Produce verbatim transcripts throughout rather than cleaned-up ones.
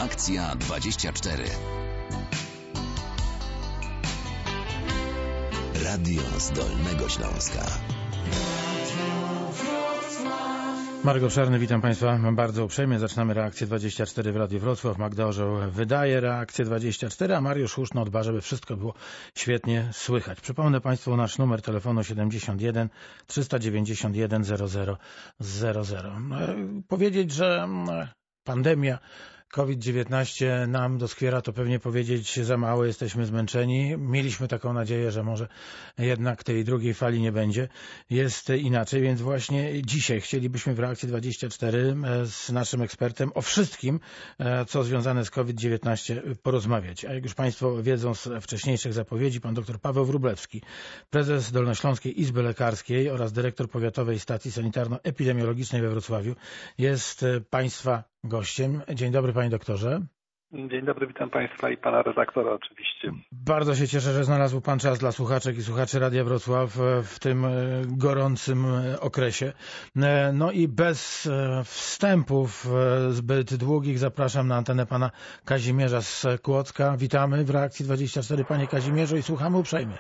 Reakcja dwadzieścia cztery. Radio z Dolnego Śląska. Marek Obszarny, witam Państwa bardzo uprzejmie. Zaczynamy Reakcję dwadzieścia cztery w Radiu Wrocław. Magda Orzeł wydaje Reakcję dwadzieścia cztery, a Mariusz Huszno dba, żeby wszystko było świetnie słychać. Przypomnę Państwu nasz numer telefonu siedemdziesiąt jeden trzysta dziewięćdziesiąt jeden zero zero zero zero. Powiedzieć, że pandemia COVID dziewiętnaście nam doskwiera, to pewnie powiedzieć za mało, jesteśmy zmęczeni. Mieliśmy taką nadzieję, że może jednak tej drugiej fali nie będzie. Jest inaczej, więc właśnie dzisiaj chcielibyśmy w Reakcji dwadzieścia cztery z naszym ekspertem o wszystkim, co związane z COVID dziewiętnaście porozmawiać. A jak już Państwo wiedzą z wcześniejszych zapowiedzi, pan dr Paweł Wróblewski, prezes Dolnośląskiej Izby Lekarskiej oraz dyrektor Powiatowej Stacji Sanitarno-Epidemiologicznej we Wrocławiu jest Państwa gościem. Dzień dobry, panie doktorze. Dzień dobry, witam Państwa i pana redaktora oczywiście. Bardzo się cieszę, że znalazł pan czas dla słuchaczek i słuchaczy Radia Wrocław w tym gorącym okresie. No i bez wstępów zbyt długich zapraszam na antenę pana Kazimierza z Kłodzka. Witamy w Reakcji dwadzieścia cztery, panie Kazimierzu, i słuchamy uprzejmie.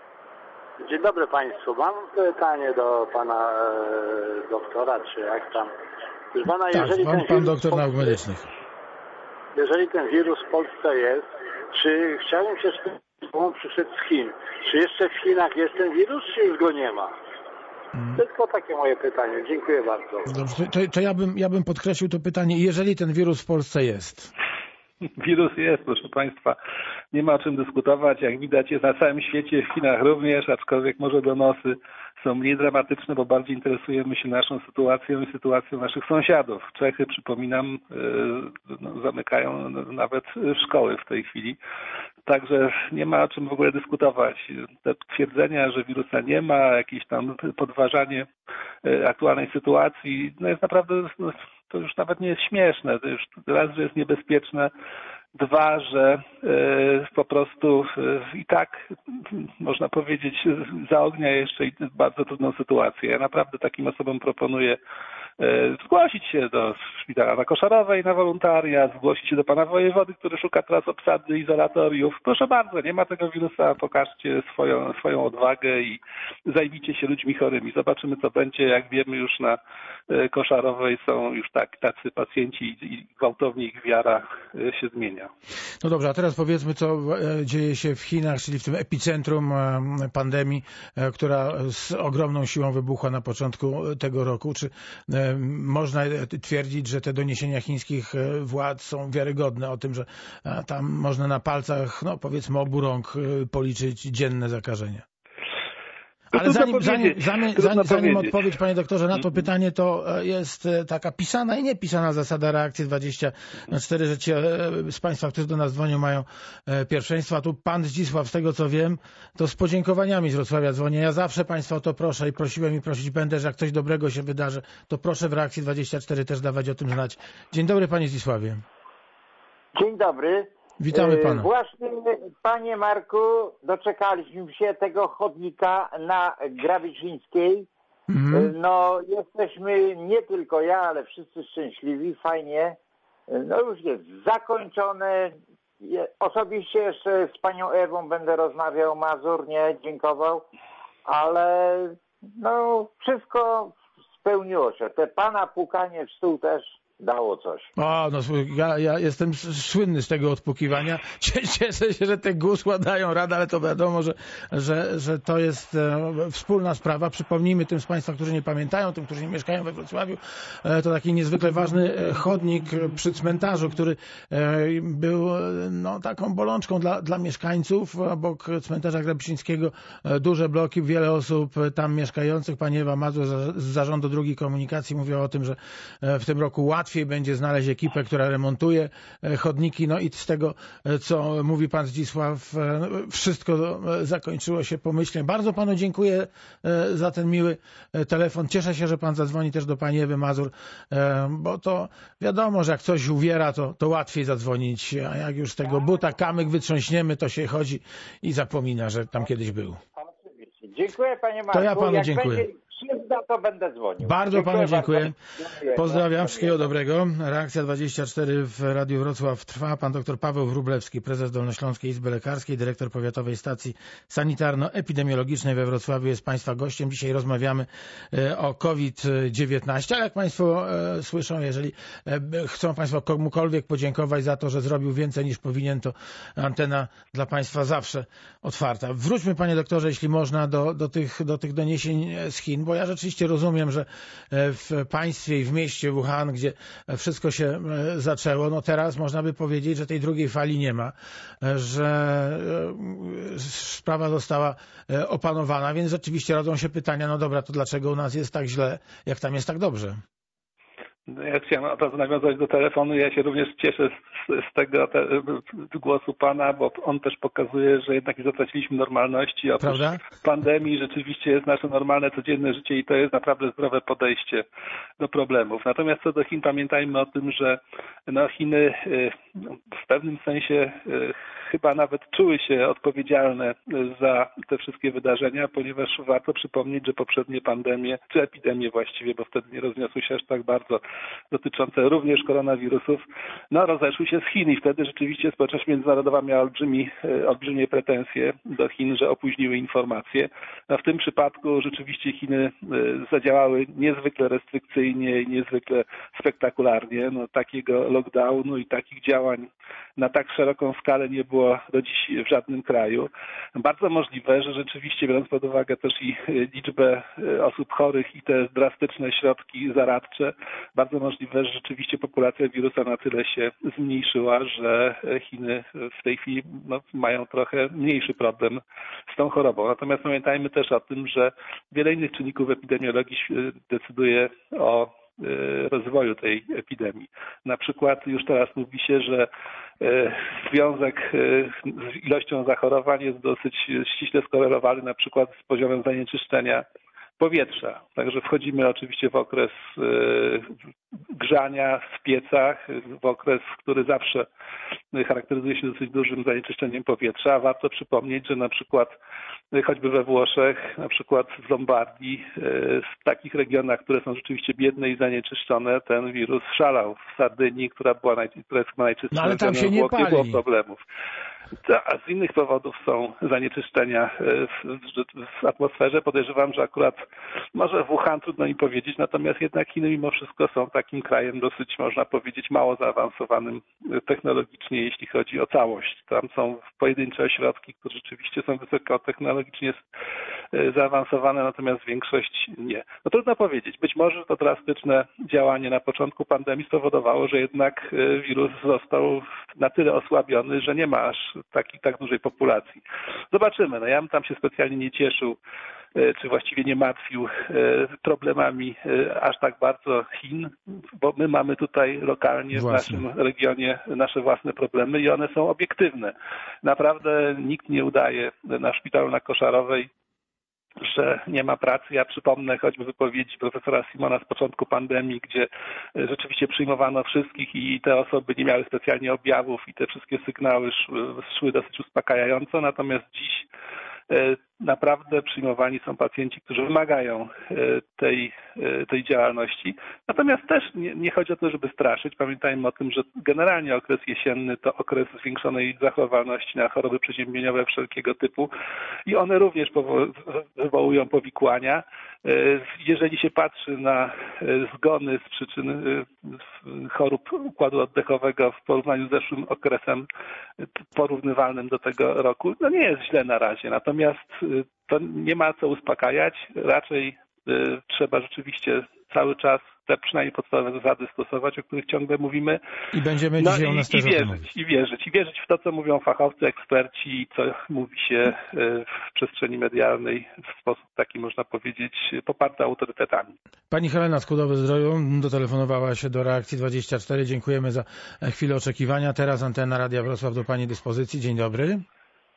Dzień dobry Państwu. Mam pytanie do pana e, doktora, czy jak tam. Pana, tak, jeżeli pan, ten pan wirus doktor Polsce, nauk medycznych. Jeżeli ten wirus w Polsce jest, czy chciałem się spytać, bo on przyszedł z Chin, czy jeszcze w Chinach jest ten wirus, czy już go nie ma? Hmm. Tylko takie moje pytanie. Dziękuję bardzo. Dobrze, to, to ja, bym, ja bym podkreślił to pytanie, jeżeli ten wirus w Polsce jest. Wirus jest, proszę Państwa, nie ma o czym dyskutować. Jak widać, jest na całym świecie, w Chinach również, aczkolwiek może donosy są mniej dramatyczne, bo bardziej interesujemy się naszą sytuacją i sytuacją naszych sąsiadów. Czechy, przypominam, no, zamykają nawet szkoły w tej chwili. Także nie ma o czym w ogóle dyskutować. Te twierdzenia, że wirusa nie ma, jakieś tam podważanie aktualnej sytuacji, no jest naprawdę, no, to już nawet nie jest śmieszne. To już raz, że jest niebezpieczne, dwa, że y, po prostu y, i tak, można powiedzieć, zaognia jeszcze bardzo trudną sytuację. Ja naprawdę takim osobom proponuję y, zgłosić się do szpitala na Koszarowej na wolontariat, zgłosić się do pana wojewody, który szuka teraz obsady izolatoriów. Proszę bardzo, nie ma tego wirusa, pokażcie swoją, swoją odwagę i zajmijcie się ludźmi chorymi. Zobaczymy, co będzie. Jak wiemy, już na y, Koszarowej są już tak, tacy pacjenci i, i gwałtownie ich wiara y, się zmienia. No dobrze, a teraz powiedzmy, co dzieje się w Chinach, czyli w tym epicentrum pandemii, która z ogromną siłą wybuchła na początku tego roku. Czy można twierdzić, że te doniesienia chińskich władz są wiarygodne o tym, że tam można na palcach, no powiedzmy, obu rąk policzyć dzienne zakażenia? Ale zanim, zanim, zanim, zanim, zanim odpowiedź, panie doktorze, na to pytanie, to jest taka pisana i niepisana zasada Reakcji dwadzieścia cztery, że ci z Państwa, którzy do nas dzwonią, mają pierwszeństwo. A tu pan Zdzisław, z tego co wiem, to z podziękowaniami z Wrocławia dzwoni. Ja zawsze Państwa o to proszę i prosiłem i prosić będę, że jak coś dobrego się wydarzy, to proszę w Reakcji dwadzieścia cztery też dawać o tym znać. Dzień dobry, panie Zdzisławie. Dzień dobry. Witamy pana. Właśnie, panie Marku, doczekaliśmy się tego chodnika na Grabicińskiej. Mhm. No, jesteśmy, nie tylko ja, ale wszyscy szczęśliwi, fajnie. No już jest zakończone. Osobiście jeszcze z panią Ewą będę rozmawiał, Mazur, nie, dziękował, ale no wszystko spełniło się. Te pana pukanie w stół też dało coś. O, no ja, ja jestem słynny z tego odpukiwania. Cieszę się, że te gusła dają radę, ale to wiadomo, że, że, że to jest e, wspólna sprawa. Przypomnijmy tym z Państwa, którzy nie pamiętają, tym, którzy nie mieszkają we Wrocławiu, e, to taki niezwykle ważny chodnik przy cmentarzu, który e, był no, taką bolączką dla, dla mieszkańców. Obok cmentarza Grabicińskiego e, duże bloki, wiele osób tam mieszkających. Pani Ewa Mazur z Zarządu Dróg Komunikacji mówiła o tym, że e, w tym roku łatwiej będzie znaleźć ekipę, która remontuje chodniki. No i z tego, co mówi pan Zdzisław, wszystko zakończyło się pomyślnie. Bardzo panu dziękuję za ten miły telefon. Cieszę się, że pan zadzwoni też do pani Ewy Mazur, bo to wiadomo, że jak coś uwiera, to, to łatwiej zadzwonić, a jak już z tego buta kamyk wytrząśniemy, to się chodzi i zapomina, że tam kiedyś był. Dziękuję, panie Marku. To ja panu jak dziękuję. Będzie, przyzna, to będę dzwonił. Bardzo dziękuję panu dziękuję. Bardzo. Pozdrawiam, wszystkiego dobrego. Reakcja dwadzieścia cztery w Radiu Wrocław trwa. Pan doktor Paweł Wróblewski, prezes Dolnośląskiej Izby Lekarskiej, dyrektor Powiatowej Stacji Sanitarno-Epidemiologicznej we Wrocławiu jest państwa gościem. Dzisiaj rozmawiamy o COVID dziewiętnaście. Ale jak państwo słyszą, jeżeli chcą państwo komukolwiek podziękować za to, że zrobił więcej niż powinien, to antena dla państwa zawsze otwarta. Wróćmy, panie doktorze, jeśli można, do, do, tych, do tych doniesień z Chin, bo ja rzeczywiście rozumiem, że w państwie i w mieście Wuhan, gdzie wszystko się zaczęło, no teraz można by powiedzieć, że tej drugiej fali nie ma, że sprawa została opanowana, więc rzeczywiście rodzą się pytania, no dobra, to dlaczego u nas jest tak źle, jak tam jest tak dobrze? Ja chciałem od razu nawiązać do telefonu. Ja się również cieszę z, z tego te, z głosu pana, bo on też pokazuje, że jednak nie zatraciliśmy normalności. Oprócz Prawda? pandemii rzeczywiście jest nasze normalne, codzienne życie i to jest naprawdę zdrowe podejście do problemów. Natomiast co do Chin, pamiętajmy o tym, że no, Chiny w pewnym sensie chyba nawet czuły się odpowiedzialne za te wszystkie wydarzenia, ponieważ warto przypomnieć, że poprzednie pandemie, czy epidemie właściwie, bo wtedy nie rozniosły się aż tak bardzo, dotyczące również koronawirusów, no rozeszły się z Chin i wtedy rzeczywiście społeczność międzynarodowa miała olbrzymi, olbrzymie pretensje do Chin, że opóźniły informacje. No w tym przypadku rzeczywiście Chiny zadziałały niezwykle restrykcyjnie i niezwykle spektakularnie. No, takiego lockdownu i takich działań na tak szeroką skalę nie było do dziś w żadnym kraju. Bardzo możliwe, że rzeczywiście, biorąc pod uwagę też i liczbę osób chorych i te drastyczne środki zaradcze, bardzo możliwe, że rzeczywiście populacja wirusa na tyle się zmniejszyła, że Chiny w tej chwili no, mają trochę mniejszy problem z tą chorobą. Natomiast pamiętajmy też o tym, że wiele innych czynników epidemiologii decyduje o rozwoju tej epidemii. Na przykład już teraz mówi się, że związek z ilością zachorowań jest dosyć ściśle skorelowany na przykład z poziomem zanieczyszczenia powietrza. Także wchodzimy oczywiście w okres grzania w piecach, w okres, który zawsze charakteryzuje się dosyć dużym zanieczyszczeniem powietrza. Warto przypomnieć, że na przykład choćby we Włoszech, na przykład w Lombardii, w takich regionach, które są rzeczywiście biedne i zanieczyszczone, ten wirus szalał. W Sardynii, która była naj, która jest chyba najczystszym no, ale tam się nie, nie pali. było problemów. A z innych powodów są zanieczyszczenia w, w, w atmosferze. Podejrzewam, że akurat może Wuhan trudno mi powiedzieć, natomiast jednak Chiny mimo wszystko są takim krajem dosyć, można powiedzieć, mało zaawansowanym technologicznie, jeśli chodzi o całość. Tam są pojedyncze ośrodki, które rzeczywiście są wysoko technologicznie zaawansowane, natomiast większość nie. No trudno powiedzieć. Być może to drastyczne działanie na początku pandemii spowodowało, że jednak wirus został na tyle osłabiony, że nie ma aż takiej tak dużej populacji. Zobaczymy. No ja bym tam się specjalnie nie cieszył, czy właściwie nie martwił problemami aż tak bardzo Chin, bo my mamy tutaj lokalnie własne. w naszym regionie nasze własne problemy i one są obiektywne. Naprawdę nikt nie udaje na szpitalu na Koszarowej, że nie ma pracy. Ja przypomnę choćby wypowiedzi profesora Simona z początku pandemii, gdzie rzeczywiście przyjmowano wszystkich i te osoby nie miały specjalnie objawów i te wszystkie sygnały szły, szły dosyć uspokajająco, natomiast dziś naprawdę przyjmowani są pacjenci, którzy wymagają tej, tej działalności. Natomiast też nie, nie chodzi o to, żeby straszyć. Pamiętajmy o tym, że generalnie okres jesienny to okres zwiększonej zachorowalności na choroby przeziębieniowe wszelkiego typu i one również wywołują powikłania. Jeżeli się patrzy na zgony z przyczyn chorób układu oddechowego w porównaniu z zeszłym okresem porównywalnym do tego roku, no nie jest źle na razie. Natomiast to nie ma co uspokajać. Raczej trzeba rzeczywiście cały czas te przynajmniej podstawowe zasady stosować, o których ciągle mówimy. I będziemy no dzisiaj i, u nas i też wierzyć, i wierzyć, i wierzyć w to, co mówią fachowcy, eksperci i co mówi się w przestrzeni medialnej w sposób taki, można powiedzieć, poparty autorytetami. Pani Helena z Kudowy-Zdroju dotelefonowała się do Reakcji dwadzieścia cztery. Dziękujemy za chwilę oczekiwania. Teraz antena Radia Wrocław do Pani dyspozycji. Dzień dobry.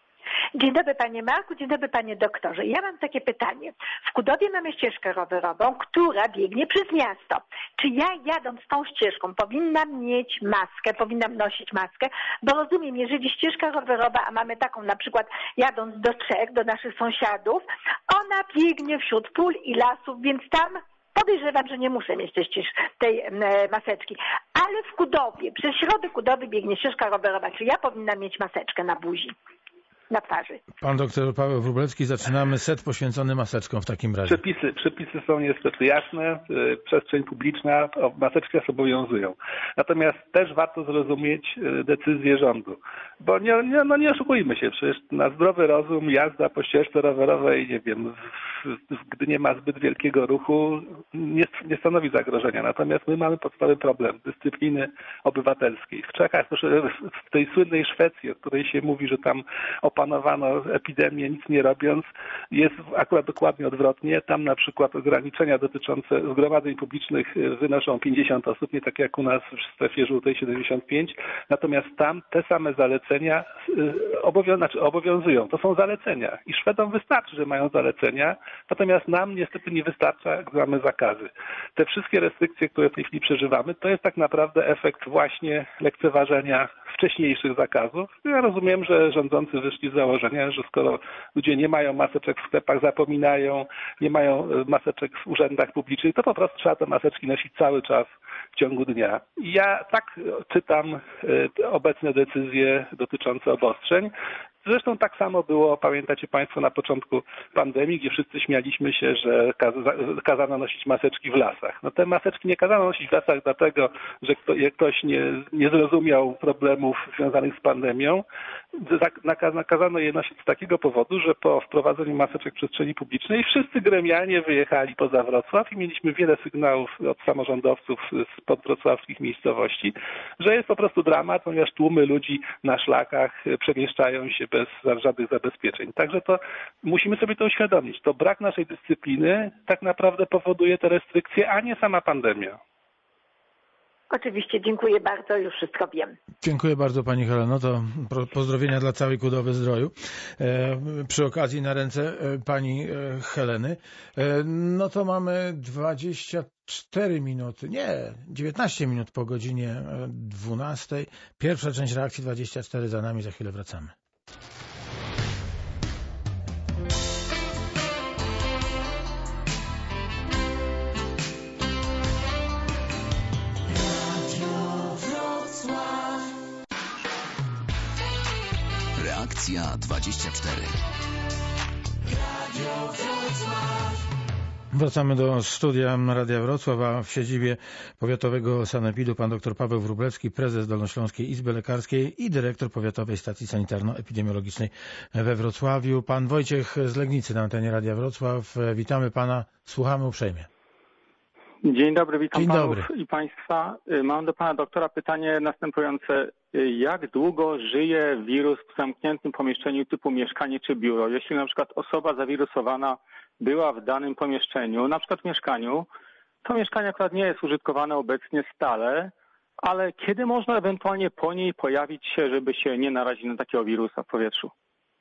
Dzień dobry panie Marku, dzień dobry panie doktorze. Ja mam takie pytanie. W Kudowie mamy ścieżkę rowerową, która biegnie przez miasto. Czy ja jadąc tą ścieżką powinnam mieć maskę, powinnam nosić maskę? Bo rozumiem, jeżeli ścieżka rowerowa, a mamy taką na przykład jadąc do Czech, do naszych sąsiadów, ona biegnie wśród pól i lasów, więc tam podejrzewam, że nie muszę mieć tej, ścież, tej e, maseczki. Ale w Kudowie, przez środek Kudowy biegnie ścieżka rowerowa. Czy ja powinnam mieć maseczkę na buzi, na twarzy? Pan doktor Paweł Wróblewski, zaczynamy set poświęcony maseczkom w takim razie. Przepisy, przepisy są niestety jasne, yy, przestrzeń publiczna, maseczki zobowiązują. Natomiast też warto zrozumieć yy, decyzję rządu. Bo nie, nie, no nie oszukujmy się, przecież na zdrowy rozum jazda po ścieżce rowerowej, nie wiem, w, w, gdy nie ma zbyt wielkiego ruchu, nie, nie stanowi zagrożenia. Natomiast my mamy podstawowy problem dyscypliny obywatelskiej. W Czechach, w tej słynnej Szwecji, o której się mówi, że tam opanowano epidemię nic nie robiąc, jest akurat dokładnie odwrotnie. Tam na przykład ograniczenia dotyczące zgromadzeń publicznych wynoszą pięćdziesiąt osób, nie tak jak u nas w strefie żółtej siedemdziesiąt pięć. Natomiast tam te same zalecenia obowią- znaczy obowiązują. To są zalecenia i Szwedom wystarczy, że mają zalecenia, natomiast nam niestety nie wystarcza, gdy mamy zakazy. Te wszystkie restrykcje, które w tej chwili przeżywamy, to jest tak naprawdę efekt właśnie lekceważenia wcześniejszych zakazów. Ja rozumiem, że rządzący wyszli z założenia, że skoro ludzie nie mają maseczek w sklepach, zapominają, nie mają maseczek w urzędach publicznych, to po prostu trzeba te maseczki nosić cały czas w ciągu dnia. I ja tak czytam obecne decyzje dotyczące obostrzeń. Zresztą tak samo było, pamiętacie Państwo, na początku pandemii, gdzie wszyscy śmialiśmy się, że kazano nosić maseczki w lasach. No te maseczki nie kazano nosić w lasach dlatego, że ktoś nie, nie zrozumiał problemów związanych z pandemią. Nakazano je nosić z takiego powodu, że po wprowadzeniu maseczek w przestrzeni publicznej wszyscy gremialnie wyjechali poza Wrocław i mieliśmy wiele sygnałów od samorządowców z podwrocławskich miejscowości, że jest po prostu dramat, ponieważ tłumy ludzi na szlakach przemieszczają się bez żadnych zabezpieczeń. Także to musimy sobie to uświadomić. To brak naszej dyscypliny tak naprawdę powoduje te restrykcje, a nie sama pandemia. Oczywiście, dziękuję bardzo, już wszystko wiem. Dziękuję bardzo pani Heleno, to pozdrowienia dla całej Kudowy Zdroju. E, przy okazji na ręce e, pani e, Heleny. E, no to mamy dwadzieścia cztery minuty, nie, dziewiętnaście minut po godzinie dwunastej. Pierwsza część reakcji dwadzieścia cztery za nami, za chwilę wracamy. Reakcja dwadzieścia cztery. Wracamy do studia Radia Wrocław, a w siedzibie powiatowego sanepidu pan dr Paweł Wróblewski, prezes Dolnośląskiej Izby Lekarskiej i dyrektor Powiatowej Stacji Sanitarno-Epidemiologicznej we Wrocławiu. Pan Wojciech z Legnicy na antenie Radia Wrocław. Witamy pana, słuchamy uprzejmie. Dzień dobry, witam Dzień panów dobry. i państwa. Mam do pana doktora pytanie następujące. Jak długo żyje wirus w zamkniętym pomieszczeniu typu mieszkanie czy biuro? Jeśli na przykład osoba zawirusowana była w danym pomieszczeniu, na przykład w mieszkaniu, to mieszkanie akurat nie jest użytkowane obecnie stale, ale kiedy można ewentualnie po niej pojawić się, żeby się nie narazić na takiego wirusa w powietrzu?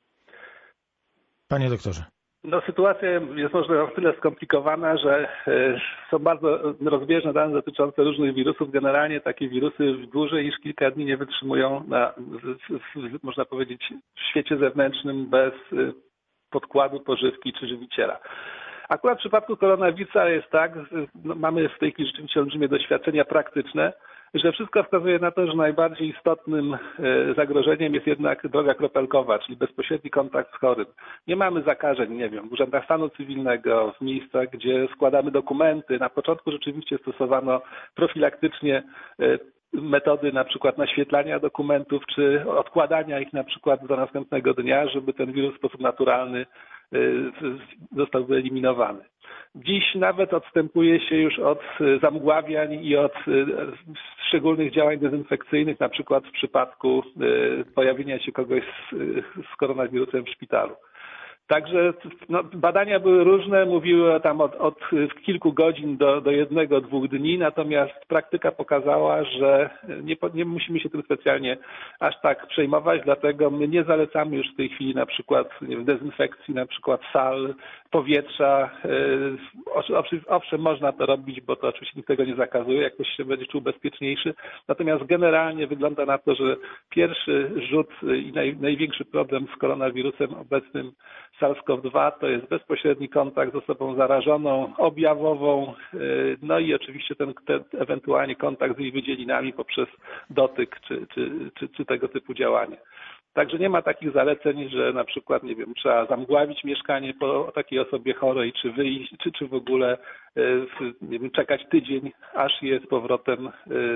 Panie doktorze. No, sytuacja jest może o tyle skomplikowana, że są bardzo rozbieżne dane dotyczące różnych wirusów. Generalnie takie wirusy dłużej niż kilka dni nie wytrzymują, na, można powiedzieć, w świecie zewnętrznym bez podkładu, pożywki czy żywiciela. Akurat w przypadku koronawirusa jest tak, no, mamy w tej chwili rzeczywiście olbrzymie doświadczenia praktyczne, że wszystko wskazuje na to, że najbardziej istotnym zagrożeniem jest jednak droga kropelkowa, czyli bezpośredni kontakt z chorym. Nie mamy zakażeń, nie wiem, w urzędach stanu cywilnego, w miejscach, gdzie składamy dokumenty. Na początku rzeczywiście stosowano profilaktycznie metody na przykład naświetlania dokumentów, czy odkładania ich na przykład do następnego dnia, żeby ten wirus w sposób naturalny został wyeliminowany. Dziś nawet odstępuje się już od zamgławiań i od szczególnych działań dezynfekcyjnych, na przykład w przypadku pojawienia się kogoś z, z koronawirusem w szpitalu. Także no, badania były różne, mówiły tam od, od kilku godzin do, do jednego, dwóch dni, natomiast praktyka pokazała, że nie, nie musimy się tym specjalnie aż tak przejmować, dlatego my nie zalecamy już w tej chwili na przykład nie wiem, dezynfekcji, na przykład sal, powietrza. Owszem, można to robić, bo to oczywiście nikt tego nie zakazuje, jak ktoś się będzie czuł bezpieczniejszy, natomiast generalnie wygląda na to, że pierwszy rzut i naj, największy problem z koronawirusem obecnym SARS-CoV dwa to jest bezpośredni kontakt z osobą zarażoną, objawową, no i oczywiście ten, ten ewentualnie kontakt z jej wydzielinami poprzez dotyk czy, czy, czy, czy tego typu działanie. Także nie ma takich zaleceń, że na przykład, nie wiem, trzeba zamgławić mieszkanie po takiej osobie chorej, czy wyjść, czy, czy w ogóle nie wiem, czekać tydzień, aż je z powrotem,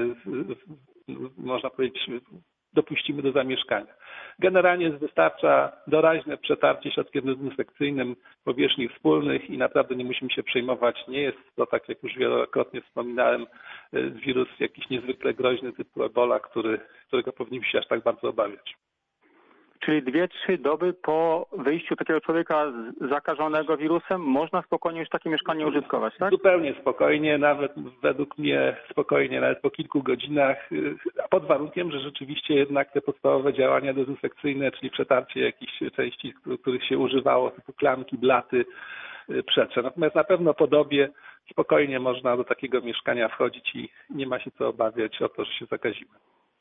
można powiedzieć, dopuścimy do zamieszkania. Generalnie wystarcza doraźne przetarcie środkiem dezynfekcyjnym powierzchni wspólnych i naprawdę nie musimy się przejmować. Nie jest to, tak jak już wielokrotnie wspominałem, wirus jakiś niezwykle groźny typu Ebola, który, którego powinniśmy się aż tak bardzo obawiać. Czyli dwie, trzy doby po wyjściu takiego człowieka zakażonego wirusem można spokojnie już takie mieszkanie użytkować, tak? Zupełnie spokojnie, nawet według mnie spokojnie, nawet po kilku godzinach, pod warunkiem, że rzeczywiście jednak te podstawowe działania dezynfekcyjne, czyli przetarcie jakichś części, których się używało, typu klamki, blaty, przetrze. Natomiast na pewno po dobie spokojnie można do takiego mieszkania wchodzić i nie ma się co obawiać o to, że się zakazimy.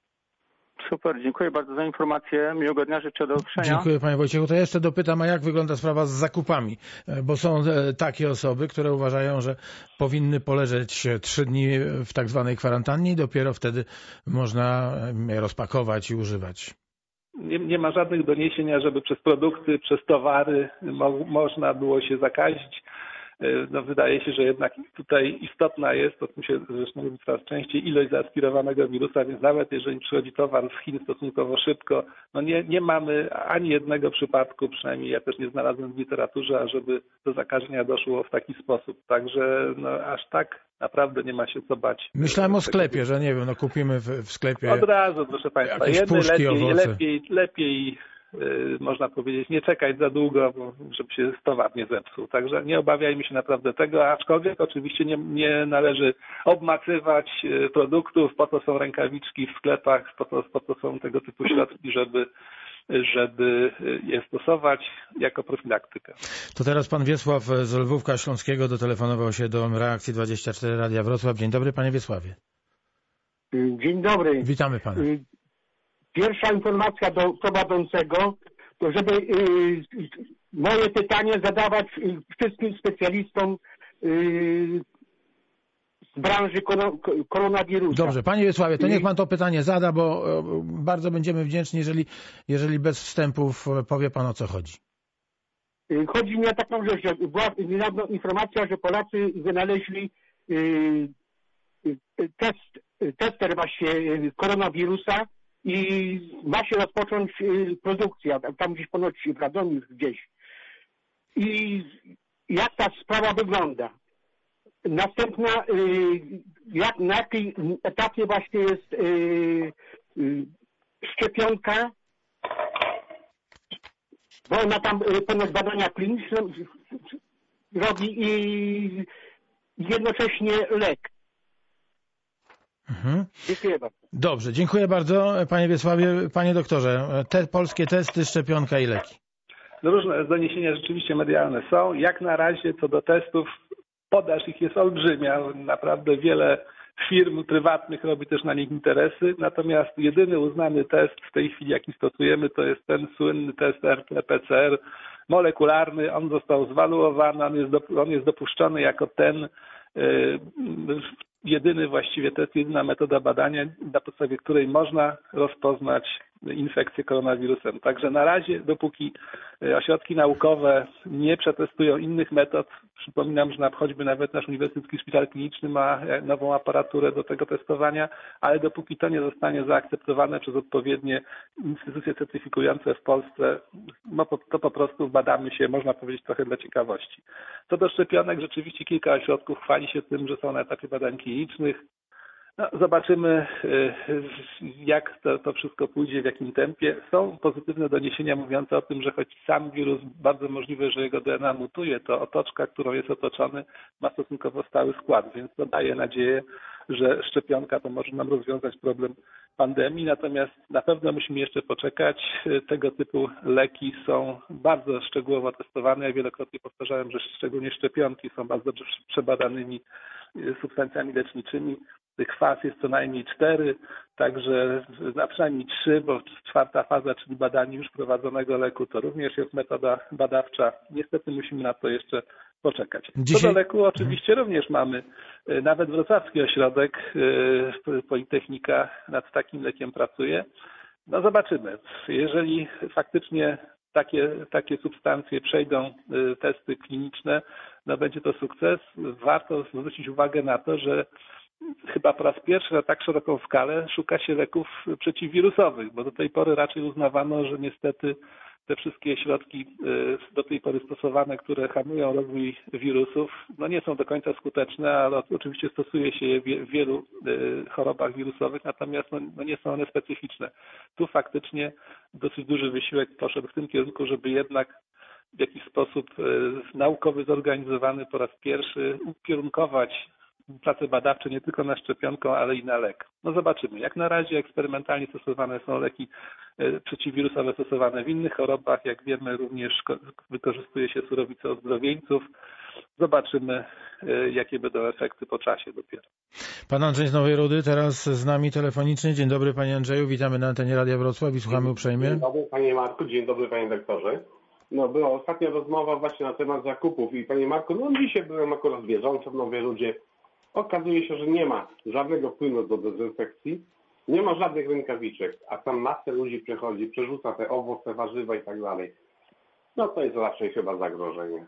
Super, dziękuję bardzo za informację. Miłego dnia, życzę, do usłyszenia. Dziękuję panie Wojciechu. To jeszcze dopytam, a jak wygląda sprawa z zakupami? Bo są takie osoby, które uważają, że powinny poleżeć trzy dni w tak zwanej kwarantannie i dopiero wtedy można je rozpakować i używać. Nie, nie ma żadnych doniesień, żeby przez produkty, przez towary mo, można było się zakazić. No, wydaje się, że jednak tutaj istotna jest, o tym się zresztą mówi coraz częściej, ilość zaaspirowanego wirusa, więc nawet jeżeli przychodzi towar z Chin stosunkowo szybko, no nie, nie mamy ani jednego przypadku, przynajmniej ja też nie znalazłem w literaturze, ażeby do zakażenia doszło w taki sposób. Także no, aż tak naprawdę nie ma się co bać. Myślałem o sklepie, że nie wiem, no kupimy w, w sklepie od razu, proszę Państwa, jedny lepiej, lepiej, lepiej można powiedzieć, nie czekać za długo, żeby się towar nie zepsuł. Także nie obawiajmy się naprawdę tego, aczkolwiek oczywiście nie, nie należy obmacywać produktów, po to są rękawiczki w sklepach, po to, po to są tego typu środki, żeby żeby je stosować jako profilaktykę. To teraz pan Wiesław z Lwówka Śląskiego dotelefonował się do Reakcji dwadzieścia cztery Radia Wrocław. Dzień dobry, panie Wiesławie. Dzień dobry. Witamy pana. Pierwsza informacja do prowadzącego, to żeby y, moje pytanie zadawać wszystkim specjalistom y, z branży koronawirusa. Dobrze, panie Wiesławie, to niech pan to pytanie zada, bo bardzo będziemy wdzięczni, jeżeli, jeżeli bez wstępów powie pan, o co chodzi. Chodzi mi o taką rzecz, że była niedawno informacja, że Polacy wynaleźli y, test, tester właśnie koronawirusa, i ma się rozpocząć produkcja, tam gdzieś ponoć w Radomiu gdzieś. I jak ta sprawa wygląda? Następna, jak, na jakim etapie właśnie jest szczepionka, bo ona tam ponoć badania kliniczne robi i jednocześnie lek. Mhm. Dziękuję bardzo. Dobrze, dziękuję bardzo panie Wiesławie. Panie doktorze, te polskie testy, szczepionka i leki. No różne doniesienia rzeczywiście medialne są. Jak na razie co do testów, podaż ich jest olbrzymia. Naprawdę wiele firm prywatnych robi też na nich interesy. Natomiast jedyny uznany test w tej chwili, jaki stosujemy, to jest ten słynny test R T P C R molekularny. On został zwaluowany, on jest, do, on jest dopuszczony jako ten yy, jedyny właściwie test, jedyna metoda badania, na podstawie której można rozpoznać infekcję koronawirusem. Także na razie, dopóki ośrodki naukowe nie przetestują innych metod, przypominam, że choćby nawet nasz Uniwersytecki Szpital Kliniczny ma nową aparaturę do tego testowania, ale dopóki to nie zostanie zaakceptowane przez odpowiednie instytucje certyfikujące w Polsce, no to po prostu badamy się, można powiedzieć, trochę dla ciekawości. Co do szczepionek, rzeczywiście kilka ośrodków chwali się tym, że są na etapie badań klinicznych. No, zobaczymy, jak to, to wszystko pójdzie, w jakim tempie. Są pozytywne doniesienia mówiące o tym, że choć sam wirus bardzo możliwe, że jego D N A mutuje, to otoczka, którą jest otoczony, ma stosunkowo stały skład, więc to daje nadzieję, że szczepionka pomoże nam rozwiązać problem pandemii. Natomiast na pewno musimy jeszcze poczekać. Tego typu leki są bardzo szczegółowo testowane. Ja wielokrotnie powtarzałem, że szczególnie szczepionki są bardzo dobrze przebadanymi substancjami leczniczymi. Tych faz jest co najmniej cztery, także a przynajmniej trzy, bo czwarta faza, czyli badanie już prowadzonego leku, to również jest metoda badawcza. Niestety musimy na to jeszcze poczekać. Dzisiaj... Co do leku oczywiście również mamy, nawet wrocławski ośrodek Politechnika nad takim lekiem pracuje. No zobaczymy. Jeżeli faktycznie takie, takie substancje przejdą testy kliniczne, no będzie to sukces. Warto zwrócić uwagę na to, że chyba po raz pierwszy na tak szeroką skalę szuka się leków przeciwwirusowych, bo do tej pory raczej uznawano, że niestety te wszystkie środki do tej pory stosowane, które hamują rozwój wirusów, no nie są do końca skuteczne, ale oczywiście stosuje się je w wielu chorobach wirusowych, natomiast no, no nie są one specyficzne. Tu faktycznie dosyć duży wysiłek poszedł w tym kierunku, żeby jednak w jakiś sposób naukowy, zorganizowany po raz pierwszy ukierunkować prace badawcze nie tylko na szczepionkę, ale i na lek. No zobaczymy. Jak na razie eksperymentalnie stosowane są leki przeciwwirusowe stosowane w innych chorobach. Jak wiemy, również wykorzystuje się surowice ozdrowieńców. Zobaczymy, jakie będą efekty po czasie dopiero. Pan Andrzej z Nowej Rudy teraz z nami telefonicznie. Dzień dobry panie Andrzeju, witamy na antenie Radia Wrocław i słuchamy uprzejmie. Dzień dobry panie Marku, dzień dobry panie doktorze. No była ostatnia rozmowa właśnie na temat zakupów i panie Marku, no dzisiaj byłem akurat bieżąco w Nowej Rudzie. Okazuje się, że nie ma żadnego płynu do dezynfekcji, nie ma żadnych rękawiczek, a tam masę ludzi przychodzi, przerzuca te owoce, warzywa i tak dalej. No to jest raczej chyba zagrożenie.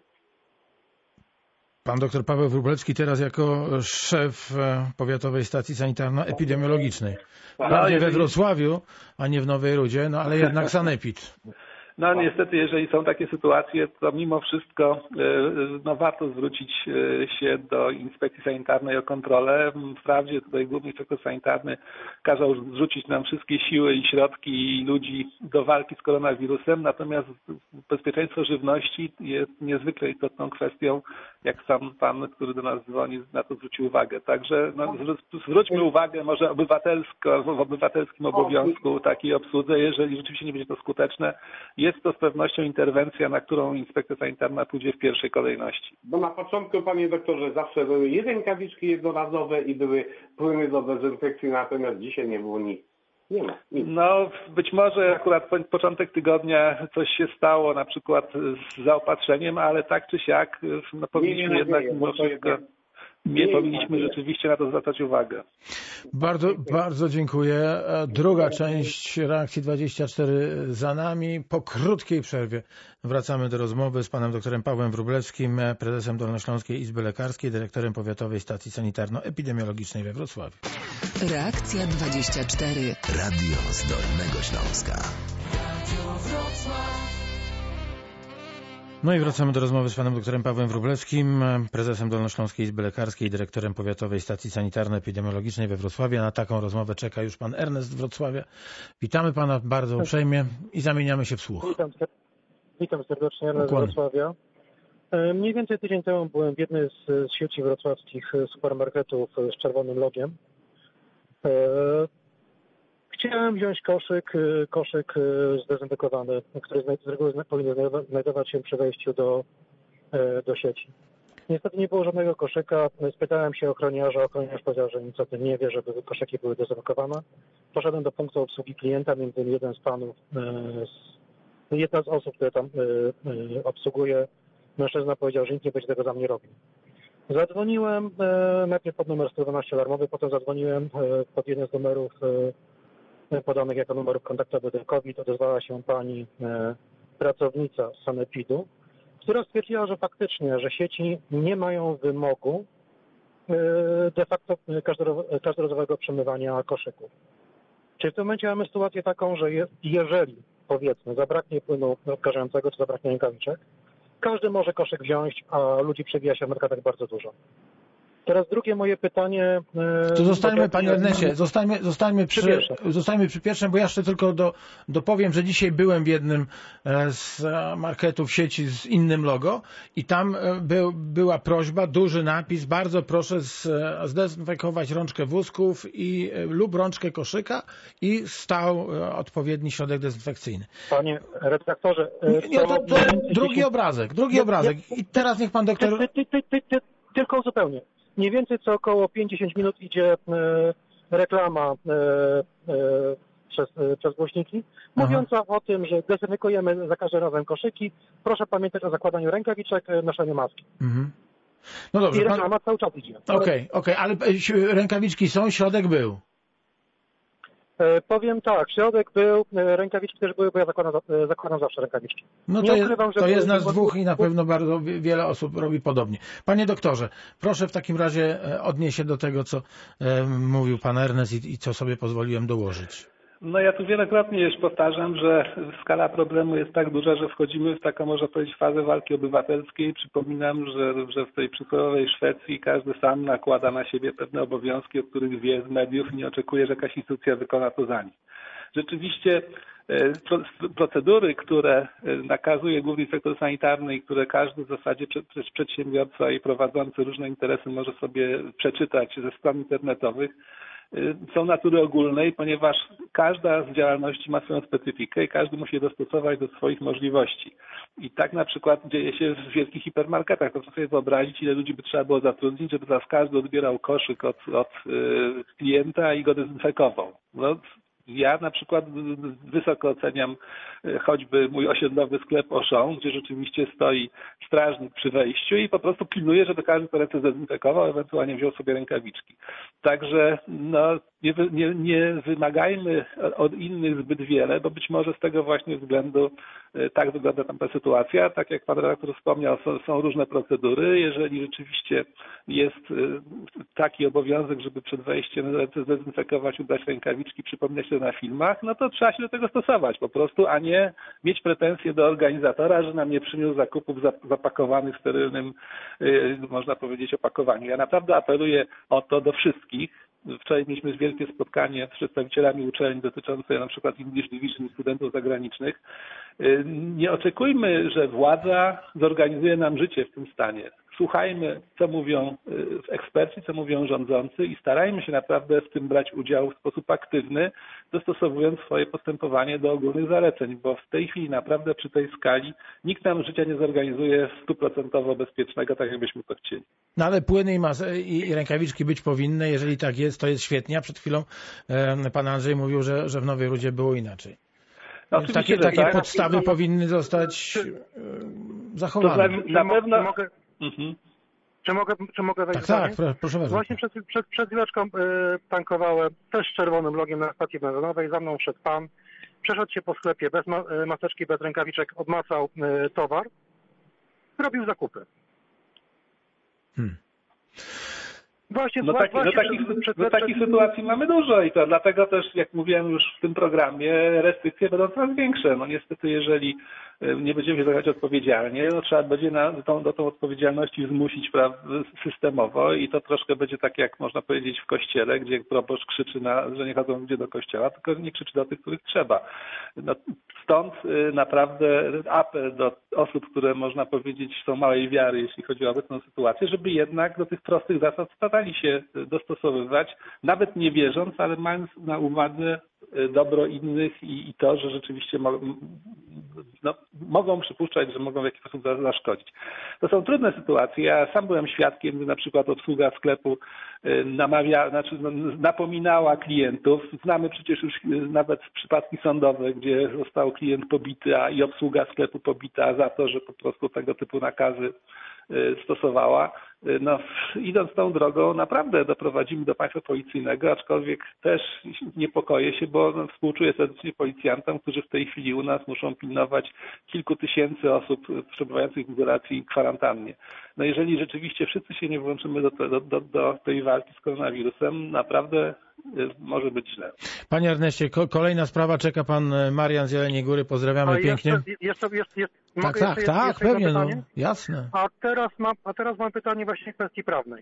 Pan doktor Paweł Wróblewski teraz jako szef Powiatowej Stacji Sanitarno-Epidemiologicznej. Prawie we Wrocławiu, a nie w Nowej Rudzie, no ale jednak sanepid. No niestety, jeżeli są takie sytuacje, to mimo wszystko no, warto zwrócić się do Inspekcji Sanitarnej o kontrolę. Wprawdzie tutaj Główny Inspektor Sanitarny kazał zrzucić nam wszystkie siły i środki i ludzi do walki z koronawirusem, natomiast bezpieczeństwo żywności jest niezwykle istotną kwestią, jak sam pan, który do nas dzwoni, na to zwrócił uwagę. Także no, zwróćmy uwagę może obywatelsko, w obywatelskim obowiązku takiej obsłudze, jeżeli rzeczywiście nie będzie to skuteczne. Jest to z pewnością interwencja, na którą Inspekcja Sanitarna pójdzie w pierwszej kolejności. Bo na początku, panie doktorze, zawsze były i rękawiczki jednorazowe i były płyny do dezynfekcji, natomiast dzisiaj nie było nic. Nie ma. Nic. No być może akurat początek tygodnia coś się stało, na przykład z zaopatrzeniem, ale tak czy siak no, powinniśmy nie, nie, jednak nie, mimo wszystko... Nie, nie powinniśmy nie. rzeczywiście na to zwracać uwagę. Bardzo, bardzo dziękuję. Druga część Reakcji dwadzieścia cztery za nami. Po krótkiej przerwie wracamy do rozmowy z panem doktorem Pawłem Wróblewskim, prezesem Dolnośląskiej Izby Lekarskiej, dyrektorem Powiatowej Stacji Sanitarno-Epidemiologicznej we Wrocławiu. Reakcja dwadzieścia cztery. Radio z Dolnego Śląska. No i wracamy do rozmowy z panem doktorem Pawłem Wróblewskim, prezesem Dolnośląskiej Izby Lekarskiej, dyrektorem Powiatowej Stacji Sanitarno-Epidemiologicznej we Wrocławiu. Na taką rozmowę czeka już pan Ernest z Wrocławia. Witamy pana bardzo uprzejmie i zamieniamy się w słuch. Witam, witam serdecznie, Ernest z Wrocławia. Mniej więcej tydzień temu byłem w jednej z sieci wrocławskich supermarketów z czerwonym logiem. Chciałem wziąć koszyk, koszyk zdezynfekowany, który z reguły powinien znajdować się przy wejściu do, do sieci. Niestety nie było żadnego koszyka. Spytałem się ochroniarza, ochroniarz powiedział, że nic o tym nie wie, żeby koszyki były dezynfekowane. Poszedłem do punktu obsługi klienta, między innymi jeden z panów, jedna z osób, które tam obsługuje, mężczyzna powiedział, że nikt nie będzie tego za mnie robił. Zadzwoniłem najpierw pod numer sto dwanaście alarmowy, potem zadzwoniłem pod jeden z numerów podanych jako numerów kontaktowych do COVID. Odezwała się pani pracownica sanepidu, która stwierdziła, że faktycznie, że sieci nie mają wymogu de facto każdorazowego przemywania koszyków. Czyli w tym momencie mamy sytuację taką, że jeżeli, powiedzmy, zabraknie płynu odkażającego, czy zabraknie rękawiczek, każdy może koszyk wziąć, a ludzi przewija się w marketach bardzo dużo. Teraz drugie moje pytanie. To zostańmy, panie Erneście, zostańmy, zostańmy, przy, zostańmy przy pierwszym, bo ja jeszcze tylko do, dopowiem, że dzisiaj byłem w jednym z marketów sieci z innym logo i tam był, była prośba, duży napis, bardzo proszę z, zdezynfekować rączkę wózków i, lub rączkę koszyka i stał odpowiedni środek dezynfekcyjny. Panie redaktorze, nie, to, to drugi obrazek, drugi nie, obrazek. I teraz niech pan doktor... Ty, ty, ty, ty, ty, tylko uzupełnię. Mniej więcej co około pięćdziesiąt minut idzie e, reklama e, e, przez, e, przez głośniki, Aha. mówiąca o tym, że dezynfekujemy za każdym razem koszyki. Proszę pamiętać o zakładaniu rękawiczek, noszeniu maski. Mhm. No dobrze. I reklama pan... cały czas idzie. Okej, okay, okej, okay. Ale rękawiczki są, środek był. E, powiem tak, środek był, e, rękawiczki też były, bo ja zakładam, e, zakładam zawsze rękawiczki. No to, ukrywam, jest, to jest nas dwóch i na pewno bardzo wiele osób robi podobnie. Panie doktorze, proszę w takim razie odnieść się do tego, co e, mówił pan Ernest i, i co sobie pozwoliłem dołożyć. No ja tu wielokrotnie już powtarzam, że skala problemu jest tak duża, że wchodzimy w taką, można powiedzieć, fazę walki obywatelskiej. Przypominam, że, że w tej przysłowiowej Szwecji każdy sam nakłada na siebie pewne obowiązki, o których wie z mediów i nie oczekuje, że jakaś instytucja wykona to za nich. Rzeczywiście procedury, które nakazuje Główny Inspektor Sanitarny i które każdy w zasadzie przedsiębiorca i prowadzący różne interesy może sobie przeczytać ze stron internetowych, są natury ogólnej, ponieważ każda z działalności ma swoją specyfikę i każdy musi je dostosować do swoich możliwości. I tak na przykład dzieje się w wielkich hipermarketach. Proszę sobie wyobrazić, ile ludzi by trzeba było zatrudnić, żeby teraz każdy odbierał koszyk od, od y, klienta i go dezynfekował. No, ja na przykład wysoko oceniam choćby mój osiedlowy sklep Auchan, gdzie rzeczywiście stoi strażnik przy wejściu i po prostu pilnuje, żeby każdy to ręce zdezynfekował, ewentualnie wziął sobie rękawiczki. Także no, nie, nie, nie wymagajmy od innych zbyt wiele, bo być może z tego właśnie względu tak wygląda tam ta sytuacja. Tak jak pan redaktor wspomniał, są, są różne procedury. Jeżeli rzeczywiście jest taki obowiązek, żeby przed wejściem ręce zdezynfekować, ubrać rękawiczki, przypominać to na filmach, no to trzeba się do tego stosować po prostu, a nie mieć pretensje do organizatora, że nam nie przyniósł zakupów zapakowanych w sterylnym, można powiedzieć, opakowaniu. Ja naprawdę apeluję o to do wszystkich. Wczoraj mieliśmy wielkie spotkanie z przedstawicielami uczelni dotyczące na przykład English Division studentów zagranicznych. Nie oczekujmy, że władza zorganizuje nam życie w tym stanie. Słuchajmy, co mówią eksperci, co mówią rządzący i starajmy się naprawdę w tym brać udział w sposób aktywny, dostosowując swoje postępowanie do ogólnych zaleceń, bo w tej chwili naprawdę przy tej skali nikt nam życia nie zorganizuje stuprocentowo bezpiecznego, tak jakbyśmy to chcieli. No ale płyny i, mas- i rękawiczki być powinny, jeżeli tak jest, to jest świetnie, a przed chwilą e, pan Andrzej mówił, że, że w Nowej Rudzie było inaczej. No, takie takie tak. podstawy no, powinny zostać e, zachowane. To na, na pewno... Mogę... Mhm. Czy mogę, czy mogę wejść? Tak, tak, proszę bardzo. Właśnie przed, przed, przed chwileczką y, tankowałem też z czerwonym logiem na stacji benzynowej. Za mną szedł pan. Przeszedł się po sklepie bez ma, maseczki, bez rękawiczek, odmacał y, towar. Robił zakupy. Hmm. Właśnie, no, taki, właśnie, no, takich, przed, no takich sytuacji mamy dużo i to dlatego też, jak mówiłem już w tym programie, restrykcje będą coraz większe. No niestety, jeżeli nie będziemy się zachować odpowiedzialnie, no trzeba będzie na, do, tą, do tą odpowiedzialności zmusić praw, systemowo i to troszkę będzie tak, jak można powiedzieć w kościele, gdzie proboszcz krzyczy, na, że nie chodzą ludzie do kościoła, tylko nie krzyczy do tych, których trzeba. No, stąd y, naprawdę apel do osób, które można powiedzieć są małej wiary, jeśli chodzi o obecną sytuację, żeby jednak do tych prostych zasad starali się dostosowywać, nawet nie wierząc, ale mając na uwadze dobro innych i, i to, że rzeczywiście mo, no, mogą przypuszczać, że mogą w jakiś sposób zaszkodzić. To są trudne sytuacje. Ja sam byłem świadkiem, gdy na przykład obsługa sklepu namawia, znaczy napominała klientów. Znamy przecież już nawet przypadki sądowe, gdzie został klient pobity, a i obsługa sklepu pobita za to, że po prostu tego typu nakazy stosowała. No, idąc tą drogą, naprawdę doprowadzimy do państwa policyjnego, aczkolwiek też niepokoję się, bo no, współczuję serdecznie policjantom, którzy w tej chwili u nas muszą pilnować kilku tysięcy osób przebywających w izolacji i kwarantannie. No jeżeli rzeczywiście wszyscy się nie włączymy do, do, do, do tej walki z koronawirusem, naprawdę może być źle. Panie Erneście, kolejna sprawa, czeka pan Marian z Jeleniej Góry, pozdrawiamy a pięknie. Jeszcze, jeszcze, jeszcze, jeszcze, tak, tak, jeszcze, tak, jeszcze pewnie, no, jasne. A teraz, mam, a teraz mam pytanie właśnie w kwestii prawnej.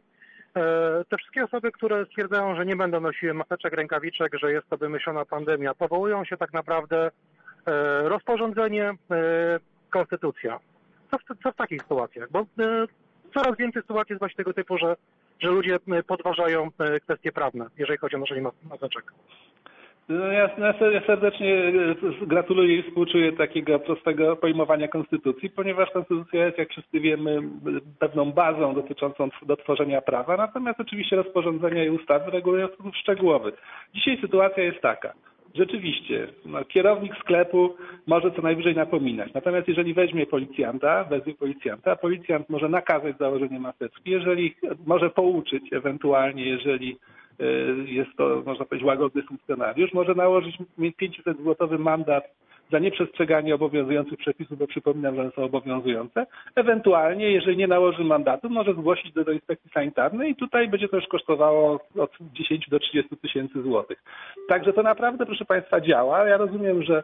Te wszystkie osoby, które stwierdzają, że nie będą nosiły maseczek, rękawiczek, że jest to wymyślona pandemia, powołują się tak naprawdę rozporządzenie, konstytucja. Co w, co w takich sytuacjach? Bo coraz więcej sytuacji jest właśnie tego typu, że, że ludzie podważają kwestie prawne, jeżeli chodzi o noszenie maseczek. No ja, ja serdecznie gratuluję i współczuję takiego prostego pojmowania konstytucji, ponieważ konstytucja jest, jak wszyscy wiemy, pewną bazą dotyczącą do tworzenia prawa, natomiast oczywiście rozporządzenia i ustawy regulują w sposób szczegółowy. Dzisiaj sytuacja jest taka. Rzeczywiście, no, kierownik sklepu może co najwyżej napominać. Natomiast jeżeli weźmie policjanta, wezwie policjanta, policjant może nakazać założenie maseczki, jeżeli może pouczyć ewentualnie, jeżeli jest to, można powiedzieć, łagodny funkcjonariusz, może nałożyć pięćset złotowy mandat za nieprzestrzeganie obowiązujących przepisów, bo przypominam, że one są obowiązujące. Ewentualnie, jeżeli nie nałoży mandatu, może zgłosić do, do inspekcji sanitarnej i tutaj będzie to już kosztowało od dziesięciu do trzydziestu tysięcy złotych. Także to naprawdę, proszę Państwa, działa. Ja rozumiem, że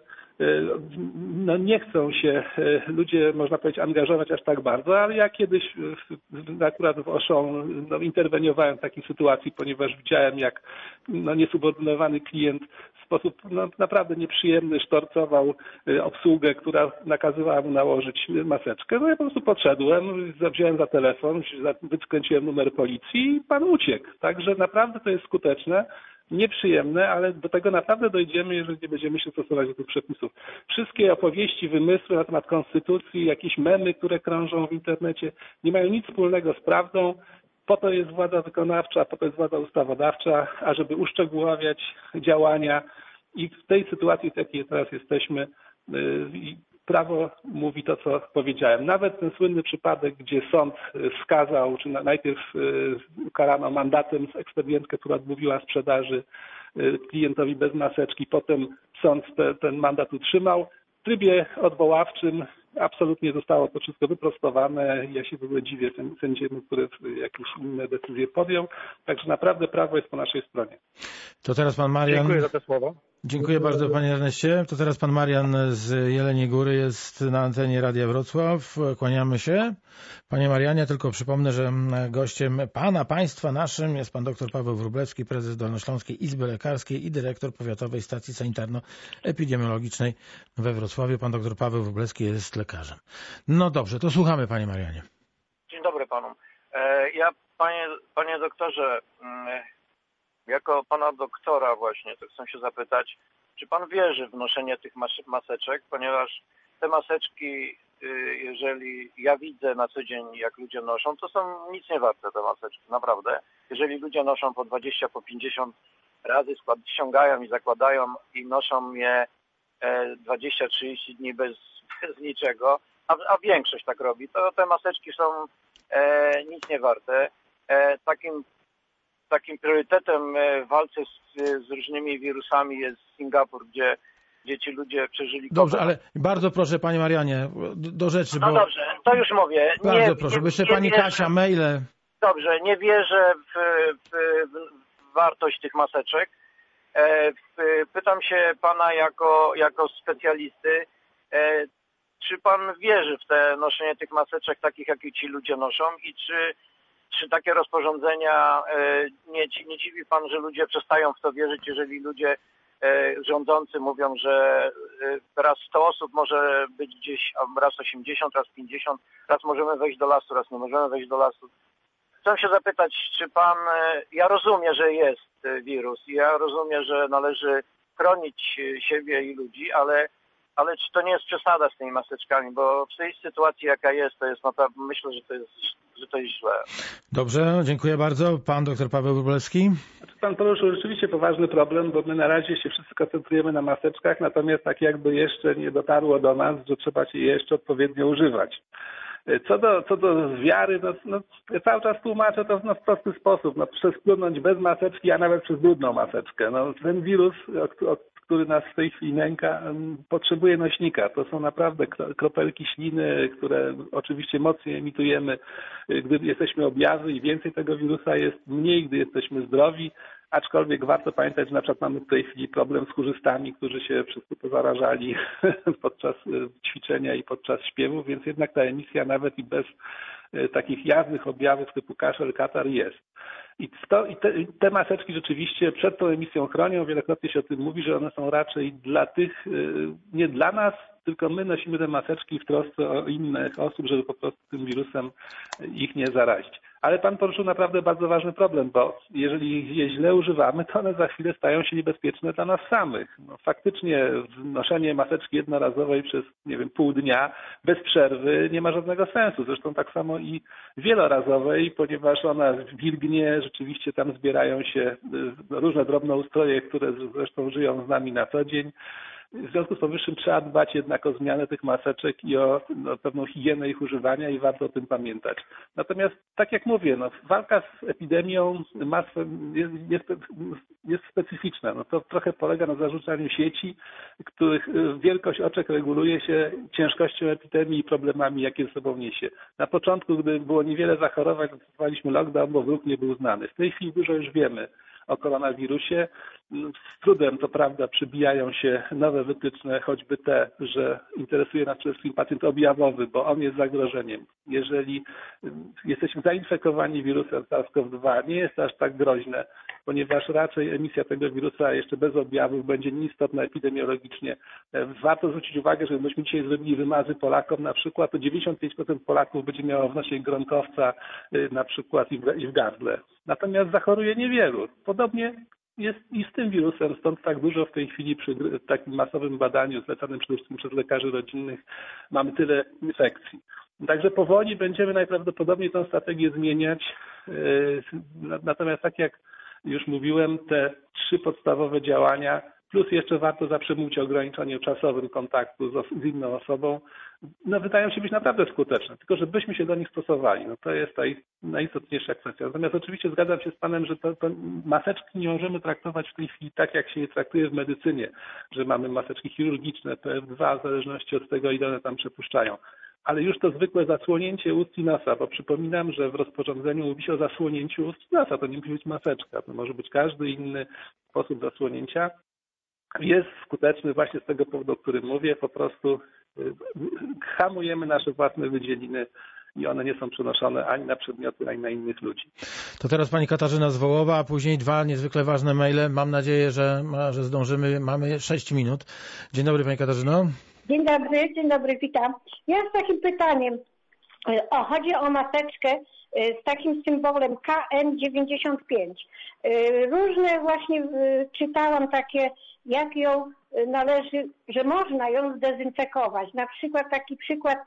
no nie chcą się ludzie, można powiedzieć, angażować aż tak bardzo, ale ja kiedyś akurat w Auchan no, interweniowałem w takiej sytuacji, ponieważ widziałem, jak no, niesubordynowany klient w sposób no, naprawdę nieprzyjemny sztorcował obsługę, która nakazywała mu nałożyć maseczkę. No ja po prostu podszedłem, wziąłem za telefon, wykręciłem numer policji i pan uciekł. Także naprawdę to jest skuteczne. Nieprzyjemne, ale do tego naprawdę dojdziemy, jeżeli nie będziemy się stosować do tych przepisów. Wszystkie opowieści, wymysły na temat konstytucji, jakieś memy, które krążą w internecie, nie mają nic wspólnego z prawdą. Po to jest władza wykonawcza, po to jest władza ustawodawcza, ażeby uszczegóławiać działania i w tej sytuacji, w jakiej teraz jesteśmy, prawo mówi to, co powiedziałem. Nawet ten słynny przypadek, gdzie sąd skazał, czy najpierw ukarano mandatem z ekspedientkę, która odmówiła sprzedaży klientowi bez maseczki, potem sąd te, ten mandat utrzymał. W trybie odwoławczym absolutnie zostało to wszystko wyprostowane. Ja się w ogóle dziwię tym sędziemu, który jakieś inne decyzje podjął. Także naprawdę prawo jest po naszej stronie. To teraz pan Marian. Dziękuję za te słowa. Dziękuję bardzo, panie Erneście. To teraz pan Marian z Jeleniej Góry jest na antenie Radia Wrocław. Kłaniamy się. Panie Marianie, tylko przypomnę, że gościem pana, państwa naszym jest pan dr Paweł Wróblewski, prezes Dolnośląskiej Izby Lekarskiej i dyrektor Powiatowej Stacji Sanitarno-Epidemiologicznej we Wrocławiu. Pan dr Paweł Wróblewski jest lekarzem. No dobrze, to słuchamy, panie Marianie. Dzień dobry panu. Ja, panie, panie doktorze, jako pana doktora właśnie, to chcę się zapytać, czy pan wierzy w noszenie tych maseczek, ponieważ te maseczki, jeżeli ja widzę na co dzień, jak ludzie noszą, to są nic nie warte te maseczki, naprawdę. Jeżeli ludzie noszą po dwadzieścia, po pięćdziesiąt razy, ściągają i zakładają i noszą je dwadzieścia trzydzieści dni bez, bez niczego, a, a większość tak robi, to te maseczki są e, nic nie warte. E, takim Takim priorytetem w walce z, z różnymi wirusami jest Singapur, gdzie, gdzie ci ludzie przeżyli... Dobrze, ale bardzo proszę, panie Marianie, do rzeczy, no bo... dobrze, to już mówię. Bardzo nie, proszę, nie, bo jeszcze nie pani wierzę, Kasia, maile... Dobrze, nie wierzę w, w, w wartość tych maseczek. E, w, pytam się pana jako, jako specjalisty, e, czy pan wierzy w te noszenie tych maseczek takich, jakie ci ludzie noszą i czy... Czy takie rozporządzenia, nie, nie dziwi pan, że ludzie przestają w to wierzyć, jeżeli ludzie rządzący mówią, że raz sto osób może być gdzieś, a raz osiemdziesiąt, raz pięćdziesiąt, raz możemy wejść do lasu, raz nie możemy wejść do lasu. Chcę się zapytać, czy pan, ja rozumiem, że jest wirus, ja rozumiem, że należy chronić siebie i ludzi, ale Ale czy to nie jest przesada z tymi maseczkami, bo w tej sytuacji, jaka jest, to jest naprawdę, myślę, że to jest, że to jest źle. Dobrze, dziękuję bardzo. Pan dr Paweł Wróblewski. Pan poruszył rzeczywiście poważny problem, bo my na razie się wszyscy koncentrujemy na maseczkach, natomiast tak jakby jeszcze nie dotarło do nas, że trzeba się je jeszcze odpowiednio używać. Co do, co do wiary, no, no, ja cały czas tłumaczę to no, w prosty sposób. No, przespłynąć bez maseczki, a nawet przez brudną maseczkę. No, ten wirus, o, o, który nas w tej chwili nęka, potrzebuje nośnika. To są naprawdę kropelki śliny, które oczywiście mocniej emitujemy, gdy jesteśmy objawy i więcej tego wirusa jest mniej, gdy jesteśmy zdrowi. Aczkolwiek warto pamiętać, że na przykład mamy w tej chwili problem z chórzystami, którzy się wszystko pozarażali podczas ćwiczenia i podczas śpiewu, więc jednak ta emisja nawet i bez takich jawnych objawów typu kaszel, katar jest. I, to, i te, te maseczki rzeczywiście przed tą emisją chronią. Wielokrotnie się o tym mówi, że one są raczej dla tych, nie dla nas, tylko my nosimy te maseczki w trosce o innych osób, żeby po prostu tym wirusem ich nie zarazić. Ale pan poruszył naprawdę bardzo ważny problem, bo jeżeli je źle używamy, to one za chwilę stają się niebezpieczne dla nas samych. No, faktycznie noszenie maseczki jednorazowej przez, nie wiem, pół dnia bez przerwy nie ma żadnego sensu. Zresztą tak samo i wielorazowej, ponieważ ona wilgnie, rzeczywiście tam zbierają się różne drobnoustroje, które zresztą żyją z nami na co dzień. W związku z powyższym trzeba dbać jednak o zmianę tych maseczek i o no, pewną higienę ich używania i warto o tym pamiętać. Natomiast tak jak mówię, no, walka z epidemią masłem jest, jest, jest specyficzna. No, to trochę polega na zarzucaniu sieci, których wielkość oczek reguluje się ciężkością epidemii i problemami, jakie ze sobą niesie. Na początku, gdy było niewiele zachorowań, zastosowaliśmy lockdown, bo wróg nie był znany. W tej chwili dużo już wiemy o koronawirusie. Z trudem, to prawda, przybijają się nowe wytyczne, choćby te, że interesuje nas przede wszystkim pacjent objawowy, bo on jest zagrożeniem. Jeżeli jesteśmy zainfekowani wirusem SARS-CoV dwa, nie jest to aż tak groźne, ponieważ raczej emisja tego wirusa jeszcze bez objawów będzie nieistotna epidemiologicznie. Warto zwrócić uwagę, że gdybyśmy dzisiaj zrobili wymazy Polakom, na przykład to dziewięćdziesiąt pięć procent Polaków będzie miało w nosie gronkowca na przykład i w gardle. Natomiast zachoruje niewielu. Podobnie jest i z tym wirusem, stąd tak dużo w tej chwili przy takim masowym badaniu zlecanym przede wszystkim przez lekarzy rodzinnych mamy tyle infekcji. Także powoli będziemy najprawdopodobniej tę strategię zmieniać. Natomiast tak jak już mówiłem, te trzy podstawowe działania, plus jeszcze warto zawsze mówić o ograniczeniu czasowym kontaktu z, z inną osobą, no wydają się być naprawdę skuteczne, tylko żebyśmy się do nich stosowali. No to jest ta najistotniejsza kwestia. Natomiast oczywiście zgadzam się z panem, że to, to maseczki nie możemy traktować w tej chwili tak, jak się je traktuje w medycynie, że mamy maseczki chirurgiczne, P F dwa, w zależności od tego, ile one tam przepuszczają. Ale już to zwykłe zasłonięcie ust i nosa, bo przypominam, że w rozporządzeniu mówi się o zasłonięciu ust i nosa, to nie musi być maseczka, to może być każdy inny sposób zasłonięcia. Jest skuteczny właśnie z tego powodu, o którym mówię, po prostu hamujemy nasze własne wydzieliny i one nie są przenoszone ani na przedmioty, ani na innych ludzi. To teraz pani Katarzyna z Wołowa, a później dwa niezwykle ważne maile. Mam nadzieję, że, że zdążymy. Mamy sześć minut. Dzień dobry pani Katarzyno. Dzień dobry, dzień dobry, witam. Ja z takim pytaniem. O, chodzi o maseczkę z takim symbolem K N dziewięćdziesiąt pięć. Różne właśnie czytałam takie, jak ją należy, że można ją zdezynfekować. Na przykład taki przykład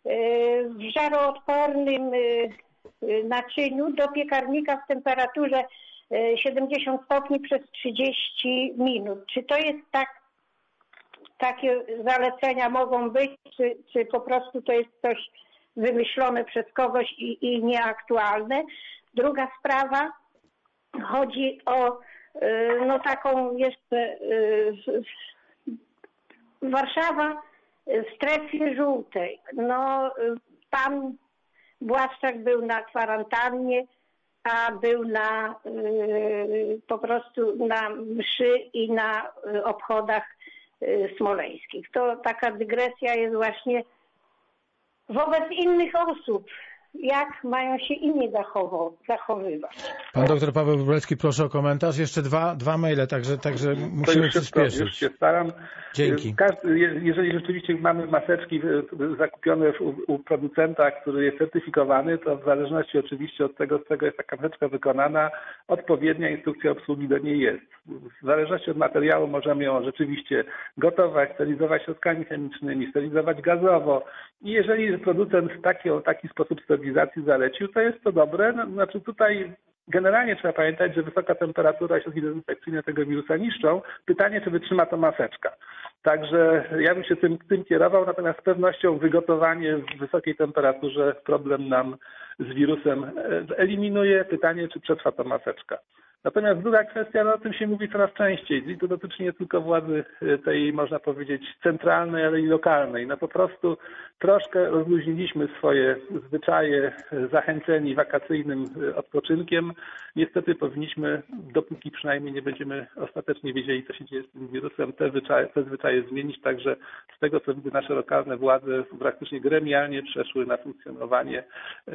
w żaroodpornym naczyniu do piekarnika w temperaturze siedemdziesiąt stopni przez trzydzieści minut. Czy to jest tak, takie zalecenia mogą być, czy, czy po prostu to jest coś wymyślone przez kogoś i, i nieaktualne? Druga sprawa, chodzi o no taką jeszcze Warszawa w strefie żółtej. No pan Błaszczak był na kwarantannie, a był na po prostu na mszy i na obchodach smoleńskich. To taka dygresja jest właśnie wobec innych osób. Jak mają się inni zachowywać. Pan doktor Paweł Wróblewski, proszę o komentarz. Jeszcze dwa, dwa maile, także, także musimy przyspieszyć. Już się staram. Dzięki. Każdy, jeżeli rzeczywiście mamy maseczki zakupione u, u producenta, który jest certyfikowany, to w zależności oczywiście od tego, z czego jest taka maseczka wykonana, odpowiednia instrukcja obsługi do niej jest. W zależności od materiału możemy ją rzeczywiście gotować, sterylizować środkami chemicznymi, sterylizować gazowo. I jeżeli producent taki, taki sposób sterylizacji zalecił, to jest to dobre. No, znaczy tutaj generalnie trzeba pamiętać, że wysoka temperatura i środki dezynfekcyjne tego wirusa niszczą. Pytanie, czy wytrzyma to maseczka. Także ja bym się tym, tym kierował, natomiast z pewnością wygotowanie w wysokiej temperaturze problem nam z wirusem eliminuje. Pytanie, czy przetrwa to maseczka. Natomiast druga kwestia, no o tym się mówi coraz częściej i to dotyczy nie tylko władzy tej, można powiedzieć, centralnej, ale i lokalnej. No po prostu troszkę rozluźniliśmy swoje zwyczaje, zachęceni wakacyjnym odpoczynkiem. Niestety powinniśmy, dopóki przynajmniej nie będziemy ostatecznie wiedzieli, co się dzieje z tym wirusem, te, zwyczaje, te zwyczaje zmienić. Także z tego, co widzę, nasze lokalne władze praktycznie gremialnie przeszły na funkcjonowanie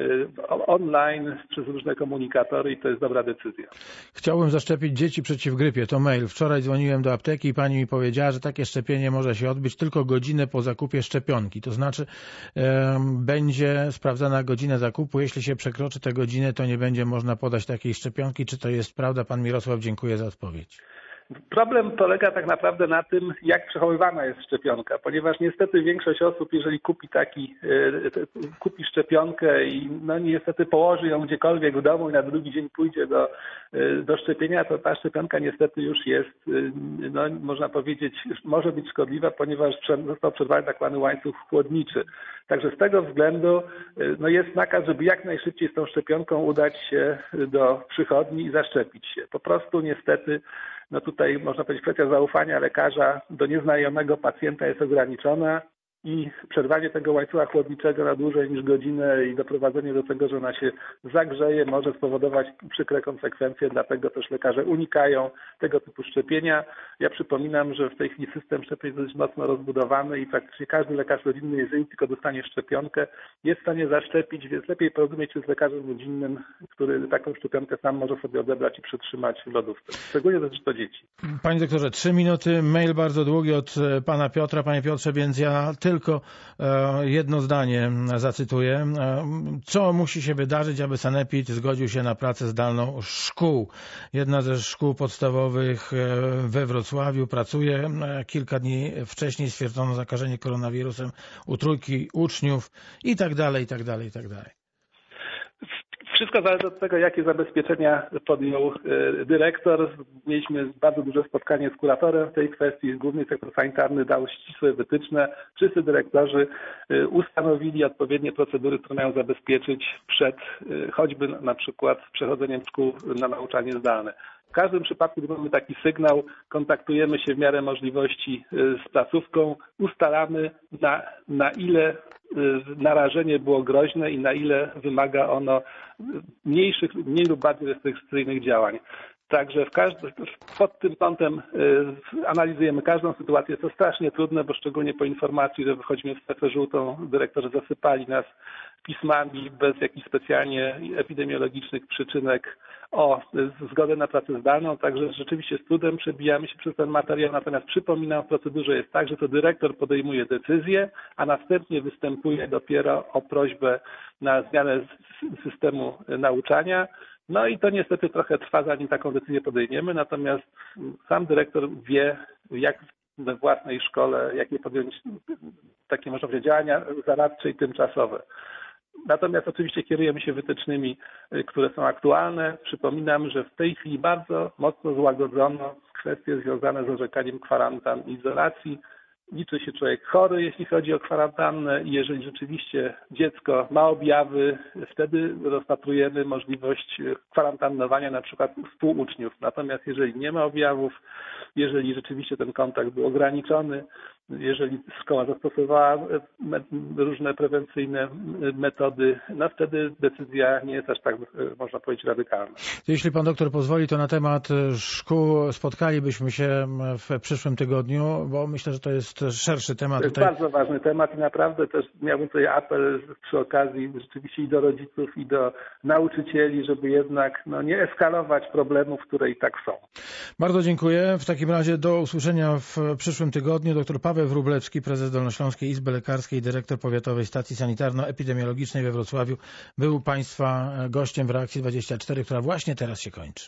online przez różne komunikatory i to jest dobra decyzja. Chciałbym zaszczepić dzieci przeciw grypie. To mail. Wczoraj dzwoniłem do apteki i pani mi powiedziała, że takie szczepienie może się odbyć tylko godzinę po zakupie szczepionki. To znaczy e, będzie sprawdzana godzina zakupu. Jeśli się przekroczy tę godzinę, to nie będzie można podać takiej szczepionki. Czy to jest prawda? Pan Mirosław, dziękuję za odpowiedź. Problem polega tak naprawdę na tym, jak przechowywana jest szczepionka, ponieważ niestety większość osób, jeżeli kupi taki, kupi szczepionkę i no niestety położy ją gdziekolwiek w domu i na drugi dzień pójdzie do, do szczepienia, to ta szczepionka niestety już jest, no można powiedzieć, może być szkodliwa, ponieważ został przerwany tak zwany łańcuch chłodniczy. Także z tego względu no jest nakaz, żeby jak najszybciej z tą szczepionką udać się do przychodni i zaszczepić się. Po prostu niestety no tutaj można powiedzieć, kwestia zaufania lekarza do nieznajomego pacjenta jest ograniczona i przerwanie tego łańcucha chłodniczego na dłużej niż godzinę i doprowadzenie do tego, że ona się zagrzeje, może spowodować przykre konsekwencje, dlatego też lekarze unikają tego typu szczepienia. Ja przypominam, że w tej chwili system szczepień jest dość mocno rozbudowany i praktycznie każdy lekarz rodzinny, jeżeli tylko dostanie szczepionkę, jest w stanie zaszczepić, więc lepiej porozumieć się z lekarzem rodzinnym, który taką szczepionkę sam może sobie odebrać i przytrzymać w lodówce. Szczególnie dotyczy to dzieci. Panie doktorze, trzy minuty, mail bardzo długi od pana Piotra. Panie Piotrze, więc ja tylko jedno zdanie zacytuję. Co musi się wydarzyć, aby sanepid zgodził się na pracę zdalną szkół? Jedna ze szkół podstawowych we Wrocławiu pracuje. Kilka dni wcześniej stwierdzono zakażenie koronawirusem u trójki uczniów i tak dalej, i tak dalej, i tak dalej. Wszystko zależy od tego, jakie zabezpieczenia podjął dyrektor. Mieliśmy bardzo duże spotkanie z kuratorem w tej kwestii. Główny sektor sanitarny dał ścisłe wytyczne. Wszyscy dyrektorzy ustanowili odpowiednie procedury, które mają zabezpieczyć przed choćby na przykład przechodzeniem szkół na nauczanie zdalne. W każdym przypadku, gdy mamy taki sygnał, kontaktujemy się w miarę możliwości z placówką, ustalamy na, na ile narażenie było groźne i na ile wymaga ono mniejszych, mniej lub bardziej restrykcyjnych działań. Także w każdy, pod tym kątem y, analizujemy każdą sytuację. Jest to strasznie trudne, bo szczególnie po informacji, że wychodzimy w strefę żółtą, dyrektorzy zasypali nas pismami bez jakichś specjalnie epidemiologicznych przyczynek o zgodę na pracę zdalną. Także rzeczywiście z trudem przebijamy się przez ten materiał. Natomiast przypominam, w procedurze jest tak, że to dyrektor podejmuje decyzję, a następnie występuje dopiero o prośbę na zmianę systemu nauczania. No i to niestety trochę trwa, zanim taką decyzję podejmiemy, natomiast sam dyrektor wie, jak we własnej szkole, jakie podjąć takie, można powiedzieć, działania zaradcze i tymczasowe. Natomiast oczywiście kierujemy się wytycznymi, które są aktualne. Przypominam, że w tej chwili bardzo mocno złagodzono kwestie związane z orzekaniem kwarantan i izolacji. Liczy się człowiek chory, jeśli chodzi o kwarantannę i jeżeli rzeczywiście dziecko ma objawy, wtedy rozpatrujemy możliwość kwarantannowania na przykład współuczniów. Natomiast jeżeli nie ma objawów, jeżeli rzeczywiście ten kontakt był ograniczony, jeżeli szkoła zastosowała różne prewencyjne metody, no wtedy decyzja nie jest aż tak, można powiedzieć, radykalna. Jeśli pan doktor pozwoli, to na temat szkół spotkalibyśmy się w przyszłym tygodniu, bo myślę, że to jest szerszy temat. To jest tutaj... bardzo ważny temat i naprawdę też miałbym tutaj apel przy okazji rzeczywiście i do rodziców, i do nauczycieli, żeby jednak no, nie eskalować problemów, które i tak są. Bardzo dziękuję. W takim razie do usłyszenia w przyszłym tygodniu. Doktor Paweł Wróblewski, prezes Dolnośląskiej Izby Lekarskiej, dyrektor Powiatowej Stacji Sanitarno-Epidemiologicznej we Wrocławiu, był państwa gościem w Reakcji dwadzieścia cztery, która właśnie teraz się kończy.